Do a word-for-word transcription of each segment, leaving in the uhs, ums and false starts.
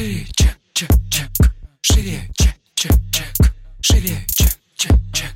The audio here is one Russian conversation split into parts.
Шире, чек, чек, чек. Шире, чек, чек, чек. Шире, чек, чек, чек.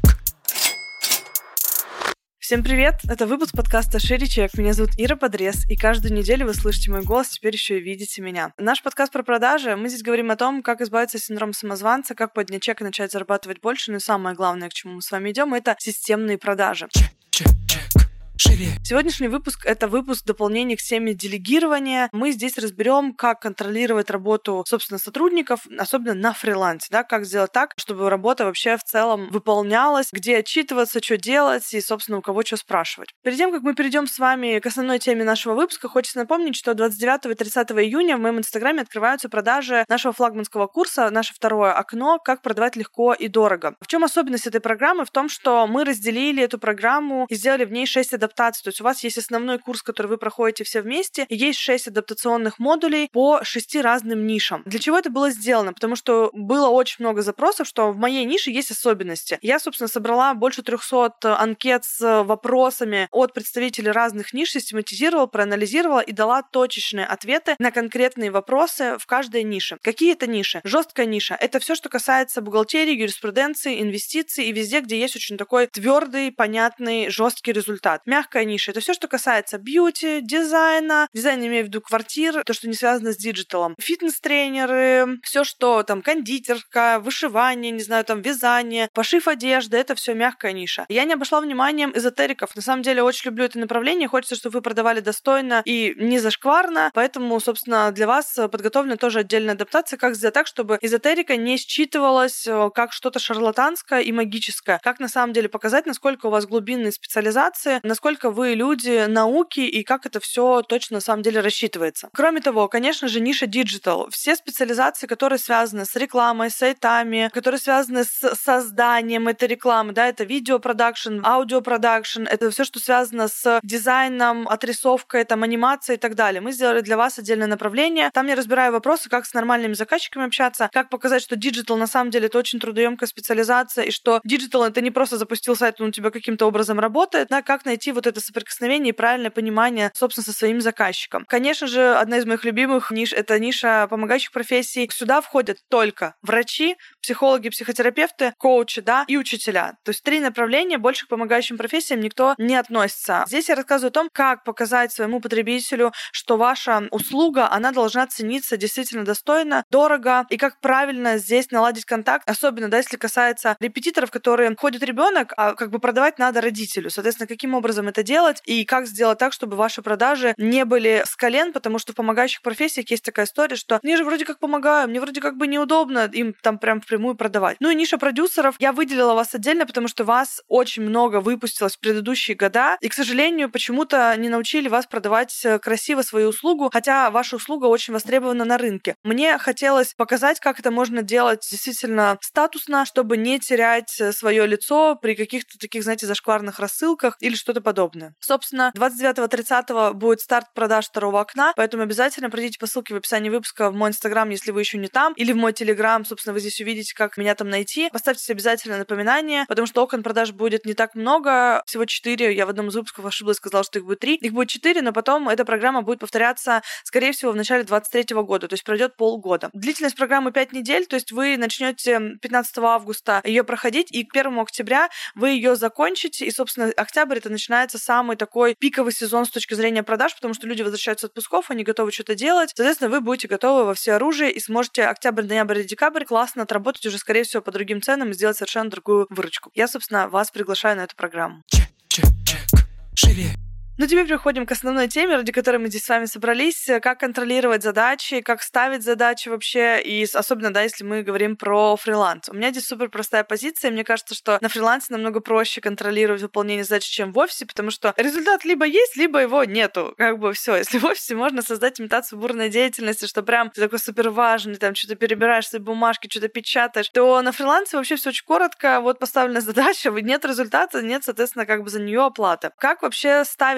Всем привет! Это выпуск подкаста «Шире чек». Меня зовут Ира Подрез, и каждую неделю вы слышите мой голос, теперь еще и видите меня. Наш подкаст про продажи. Мы здесь говорим о том, как избавиться от синдрома самозванца, как поднять чек и начать зарабатывать больше. Ну и самое главное, к чему мы с вами идем, это системные продажи. Чек, чек, чек. Шире. Сегодняшний выпуск — это выпуск дополнения к теме делегирования. Мы здесь разберем, как контролировать работу, собственно, сотрудников, особенно на фрилансе, да, как сделать так, чтобы работа вообще в целом выполнялась, где отчитываться, что делать и, собственно, у кого что спрашивать. Перед тем, как мы перейдем с вами к основной теме нашего выпуска, хочется напомнить, что двадцать девятого и тридцатого июня в моем инстаграме открываются продажи нашего флагманского курса, наше второе окно «Как продавать легко и дорого». В чем особенность этой программы? В том, что мы разделили эту программу и сделали в ней шесть адаптаций. То есть у вас есть основной курс, который вы проходите все вместе, и есть шесть адаптационных модулей по шести разным нишам. Для чего это было сделано? Потому что было очень много запросов, что в моей нише есть особенности. Я, собственно, собрала больше трехсот анкет с вопросами от представителей разных ниш, систематизировала, проанализировала и дала точечные ответы на конкретные вопросы в каждой нише. Какие это ниши? Жесткая ниша — это все, что касается бухгалтерии, юриспруденции, инвестиций и везде, где есть очень такой твердый, понятный, жесткий результат. Мягкая ниша — это все, что касается бьюти, дизайна, дизайн, имею в виду квартир, то, что не связано с диджиталом, фитнес-тренеры, все, что там кондитерка, вышивание, не знаю, там вязание, пошив одежды — это все мягкая ниша. Я не обошла вниманием эзотериков. На самом деле очень люблю это направление, хочется, чтобы вы продавали достойно и не зашкварно, поэтому, собственно, для вас подготовлена тоже отдельная адаптация, как сделать так, чтобы эзотерика не считывалась как что-то шарлатанское и магическое, как на самом деле показать, насколько у вас глубинные специализации, насколько вы люди науки и как это все точно на самом деле рассчитывается. Кроме того, конечно же, ниша диджитал. Все специализации, которые связаны с рекламой, с сайтами, которые связаны с созданием этой рекламы, да, это видеопродакшн, аудиопродакшн, это все, что связано с дизайном, отрисовкой, там, анимацией и так далее. Мы сделали для вас отдельное направление. Там я разбираю вопросы, как с нормальными заказчиками общаться, как показать, что диджитал на самом деле это очень трудоемкая специализация, и что диджитал это не просто запустил сайт, он у тебя каким-то образом работает, да, как найти вот это соприкосновение и правильное понимание, собственно, со своим заказчиком. Конечно же, одна из моих любимых ниш — это ниша помогающих профессий. Сюда входят только врачи, психологи, психотерапевты, коучи, да, и учителя. То есть три направления, больше к помогающим профессиям никто не относится. Здесь я рассказываю о том, как показать своему потребителю, что ваша услуга, она должна цениться действительно достойно, дорого, и как правильно здесь наладить контакт, особенно, да, если касается репетиторов, которые ходит ребенок, а как бы продавать надо родителю. Соответственно, каким образом это делать и как сделать так, чтобы ваши продажи не были с колен, потому что в помогающих профессиях есть такая история, что мне же вроде как помогаю, мне вроде как бы неудобно им там прям впрямую продавать. Ну и ниша продюсеров. Я выделила вас отдельно, потому что вас очень много выпустилось в предыдущие года, и, к сожалению, почему-то не научили вас продавать красиво свою услугу, хотя ваша услуга очень востребована на рынке. Мне хотелось показать, как это можно делать действительно статусно, чтобы не терять свое лицо при каких-то таких, знаете, зашкварных рассылках или что-то подобное. Собственно, двадцать девятого тридцатого будет старт продаж второго окна, поэтому обязательно пройдите по ссылке в описании выпуска в мой инстаграм, если вы еще не там, или в мой телеграм, собственно, вы здесь увидите, как меня там найти. Поставьте себе обязательно напоминание, потому что окон продаж будет не так много, всего четыре. Я в одном из выпусков ошиблась, сказала, что их будет три. Их будет четыре, но потом эта программа будет повторяться, скорее всего, в начале двадцать третьего года, то есть пройдет полгода. Длительность программы пять недель, то есть вы начнете пятнадцатого августа ее проходить, и к первому октября вы ее закончите, и, собственно, октябрь это начинается самый такой пиковый сезон с точки зрения продаж, потому что люди возвращаются с отпусков, они готовы что-то делать. Соответственно, вы будете готовы во всеоружии и сможете октябрь, ноябрь и декабрь классно отработать уже, скорее всего, по другим ценам и сделать совершенно другую выручку. Я, собственно, вас приглашаю на эту программу. Чек, чек, чек. Шире. Ну, теперь переходим к основной теме, ради которой мы здесь с вами собрались. Как контролировать задачи, как ставить задачи вообще, и особенно, да, если мы говорим про фриланс. У меня здесь супер простая позиция. Мне кажется, что на фрилансе намного проще контролировать выполнение задач, чем в офисе, потому что результат либо есть, либо его нету. Как бы все. Если в офисе можно создать имитацию бурной деятельности, что прям ты такой супер важный, там что-то перебираешь свои бумажки, что-то печатаешь, то на фрилансе вообще все очень коротко. Вот поставлена задача, нет результата, нет, соответственно, как бы за нее оплата. Как вообще ставить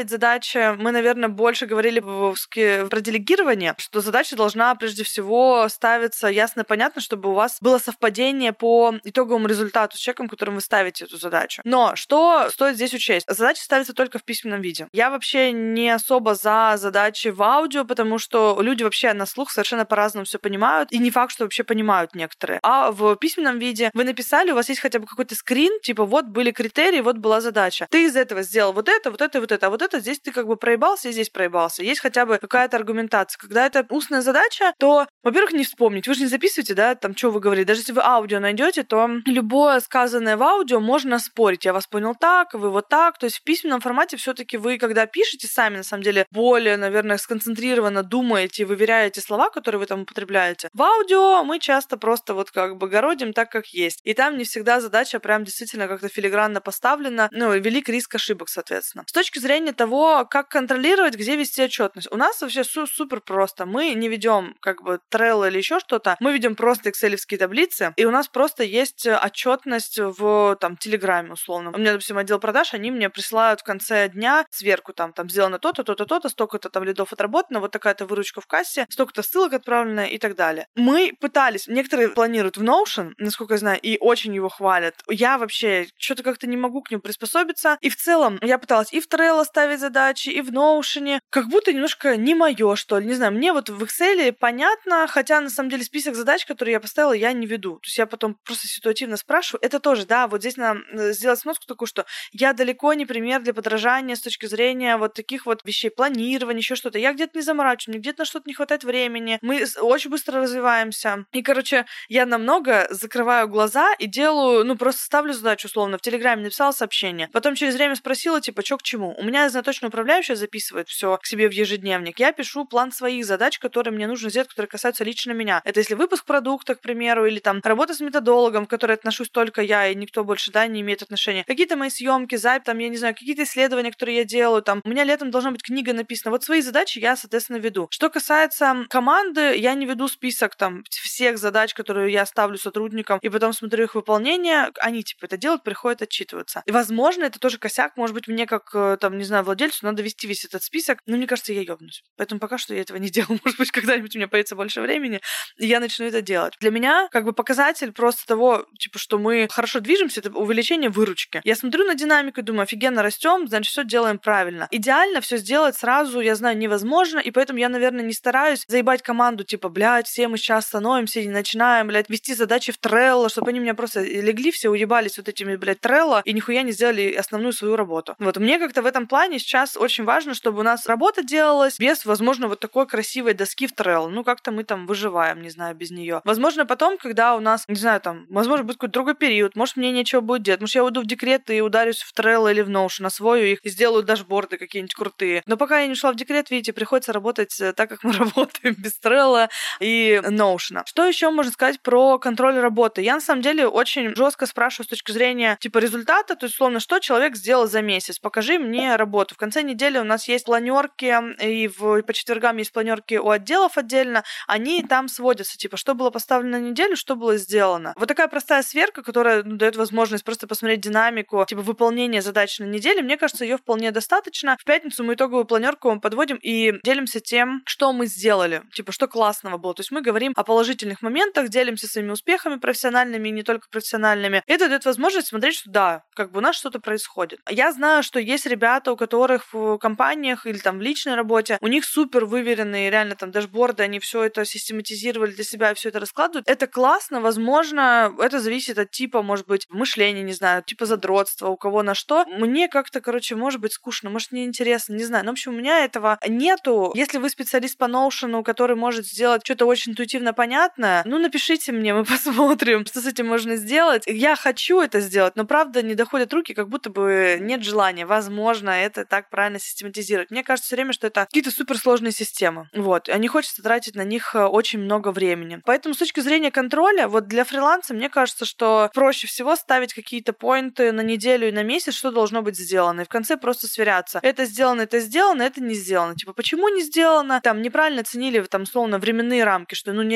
ставить задачи, мы, наверное, больше говорили про делегирование, что задача должна прежде всего ставиться ясно и понятно, чтобы у вас было совпадение по итоговому результату с человеком, которым вы ставите эту задачу. Но что стоит здесь учесть? Задача ставится только в письменном виде. Я вообще не особо за задачи в аудио, потому что люди вообще на слух совершенно по-разному все понимают, и не факт, что вообще понимают некоторые. А в письменном виде вы написали, у вас есть хотя бы какой-то скрин, типа вот были критерии, вот была задача. Ты из этого сделал вот это, вот это, вот это, а вот это здесь ты как бы проебался и здесь проебался. Есть хотя бы какая-то аргументация. Когда это устная задача, то, во-первых, не вспомнить. Вы же не записываете, да, там, что вы говорите. Даже если вы аудио найдете, то любое сказанное в аудио можно спорить. Я вас понял так, вы вот так. То есть в письменном формате все-таки вы, когда пишете сами, на самом деле, более, наверное, сконцентрированно думаете, выверяете слова, которые вы там употребляете. В аудио мы часто просто вот как бы городим так, как есть. И там не всегда задача прям действительно как-то филигранно поставлена, ну, и велик риск ошибок, соответственно. С точки зрения того, как контролировать, где вести отчетность, у нас вообще су- супер просто. Мы не ведем как бы Trello или еще что-то, мы ведем просто экселевские таблицы, и у нас просто есть отчетность в там Телеграме условно. У меня, допустим, отдел продаж, они мне присылают в конце дня сверку, там, там сделано то-то, то-то, то-то, столько-то там лидов отработано, вот такая-то выручка в кассе, столько-то ссылок отправлено и так далее. Мы пытались, некоторые планируют в Notion, насколько я знаю, и очень его хвалят. Я вообще что-то как-то не могу к нему приспособиться, и в целом я пыталась и в Trello ставить задачи, и в Notion, как будто немножко не моё, что ли, не знаю, мне вот в Excel понятно, хотя на самом деле список задач, которые я поставила, я не веду. То есть я потом просто ситуативно спрашиваю. Это тоже, да, вот здесь надо сделать сноску такую, что я далеко не пример для подражания с точки зрения вот таких вот вещей, планирования, еще что-то. Я где-то не заморачиваюсь, мне где-то на что-то не хватает времени, мы очень быстро развиваемся. И, короче, я намного закрываю глаза и делаю, ну, просто ставлю задачу, условно, в Телеграме написала сообщение, потом через время спросила, типа, что к чему. У меня знаточная управляющая записывает все к себе в ежедневник. Я пишу план своих задач, которые мне нужно сделать, которые касаются лично меня. Это если выпуск продукта, к примеру, или там работа с методологом, к которой отношусь только я, и никто больше, да, не имеет отношения. Какие-то мои съемки, запись, там, я не знаю, какие-то исследования, которые я делаю, там, у меня летом должна быть книга написана. Вот свои задачи я, соответственно, веду. Что касается команды, я не веду список там всех задач, которые я ставлю сотрудникам, и потом смотрю их выполнение. Они, типа, это делают, приходят отчитываться. И, возможно, это тоже косяк. Может быть, мне, как, там, не знаю, владельцу, надо вести весь этот список. Но мне кажется, я ёбнусь. Поэтому пока что я этого не делаю. Может быть, когда-нибудь у меня появится больше времени, и я начну это делать. Для меня, как бы, показатель просто того, типа, что мы хорошо движемся, это увеличение выручки. Я смотрю на динамику и думаю, офигенно растем, значит, все делаем правильно. Идеально все сделать сразу, я знаю, невозможно, и поэтому я, наверное, не стараюсь заебать команду, типа, блядь, все мы сейчас становимся и начинаем, блядь, вести задачи в Trello, чтобы они меня просто легли, все уебались вот этими, блядь, Trello, и нихуя не сделали основную свою работу. Вот, мне как-то в этом плане сейчас очень важно, чтобы у нас работа делалась без, возможно, вот такой красивой доски в Trello. Ну, как-то мы там выживаем, не знаю, без нее. Возможно, потом, когда у нас, не знаю, там, возможно, будет какой-то другой период, может, мне нечего будет делать, может, я уйду в декрет и ударюсь в Trello или в Notion, освою их и сделаю дашборды какие-нибудь крутые. Но пока я не ушла в декрет, видите, приходится работать так, как мы работаем, без Trello и Notion. Что еще можно сказать про контроль работы? Я, на самом деле, очень жестко спрашиваю с точки зрения, типа, результата, то есть, условно, что человек сделал за месяц? Покажи мне работу. В конце недели у нас есть планерки, и в, по четвергам есть планерки у отделов отдельно, они там сводятся, типа, что было поставлено на неделю, что было сделано. Вот такая простая сверка, которая, ну, дает возможность просто посмотреть динамику, типа, выполнения задач на неделе, мне кажется, ее вполне достаточно. В пятницу мы итоговую планерку подводим и делимся тем, что мы сделали, типа, что классного было. То есть мы говорим о положительных моментах, делимся своими успехами профессиональными и не только профессиональными. Это дает возможность смотреть, что да, как бы у нас что-то происходит. Я знаю, что есть ребята, у которых в компаниях или там в личной работе, у них супер выверенные реально там дашборды, они все это систематизировали для себя и все это раскладывают. Это классно, возможно, это зависит от типа, может быть, мышления, не знаю, типа задротства, у кого на что. Мне как-то, короче, может быть скучно, может, неинтересно, не знаю. Но, в общем, у меня этого нету. Если вы специалист по Notion, который может сделать что-то очень интуитивно понятное, ну, напишите мне, мы посмотрим, что с этим можно сделать. Я хочу это сделать, но, правда, не доходят руки, как будто бы нет желания. Возможно, это так правильно систематизировать. Мне кажется все время, что это какие-то суперсложные системы. Вот. И не хочется тратить на них очень много времени. Поэтому с точки зрения контроля, вот для фриланса, мне кажется, что проще всего ставить какие-то поинты на неделю и на месяц, что должно быть сделано. И в конце просто сверяться. Это сделано, это сделано, это не сделано. Типа, почему не сделано? Там неправильно ценили, там, словно, временные рамки, что, ну, нереально за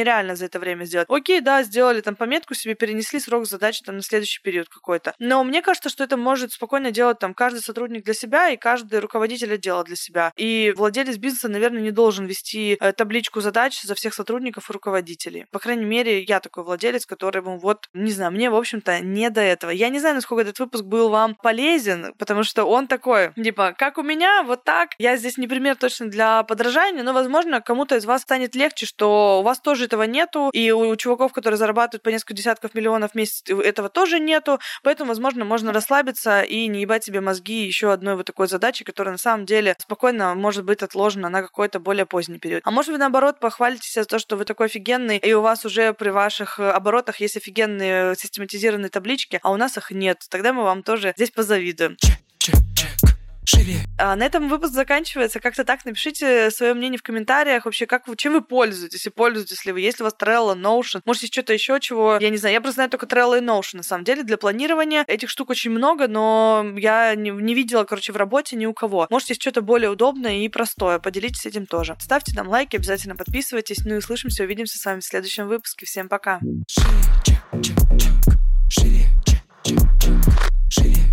это время сделать. Окей, да, сделали там пометку себе, перенесли срок задачи там на следующий период какой-то. Но мне кажется, что это может спокойно делать там каждый сотрудник для себя и каждый руководитель отдела для себя. И владелец бизнеса, наверное, не должен вести э, табличку задач за всех сотрудников и руководителей. По крайней мере, я такой владелец, который, вот, не знаю, мне, в общем-то, не до этого. Я не знаю, насколько этот выпуск был вам полезен, потому что он такой, типа, как у меня, вот так. Я здесь не пример точно для подражания, но, возможно, кому-то из вас станет легче, что у вас тоже этого нету, и у чуваков, которые зарабатывают по несколько десятков миллионов в месяц, этого тоже нету, поэтому, возможно, можно расслабиться и не ебать себе мозги еще одной вот такой задачи, которая на самом деле спокойно может быть отложена на какой-то более поздний период. А может, вы, наоборот, похвалитесь за то, что вы такой офигенный, и у вас уже при ваших оборотах есть офигенные систематизированные таблички, а у нас их нет. Тогда мы вам тоже здесь позавидуем. Чек, чек, чек. Живее. А на этом выпуск заканчивается. Как-то так. Напишите свое мнение в комментариях. Вообще, как вы, чем вы пользуетесь? И пользуетесь ли вы? Есть ли у вас Trello, Notion? Может, есть что-то еще, чего... Я не знаю. Я просто знаю только Trello и Notion. На самом деле, для планирования этих штук очень много, но я не, не видела, короче, в работе ни у кого. Может, есть что-то более удобное и простое. Поделитесь этим тоже. Ставьте нам лайки, обязательно подписывайтесь. Ну и услышимся, увидимся с вами в следующем выпуске. Всем пока. Шире, чек, чек, чек. Шире, чек, чек, чек. Шире.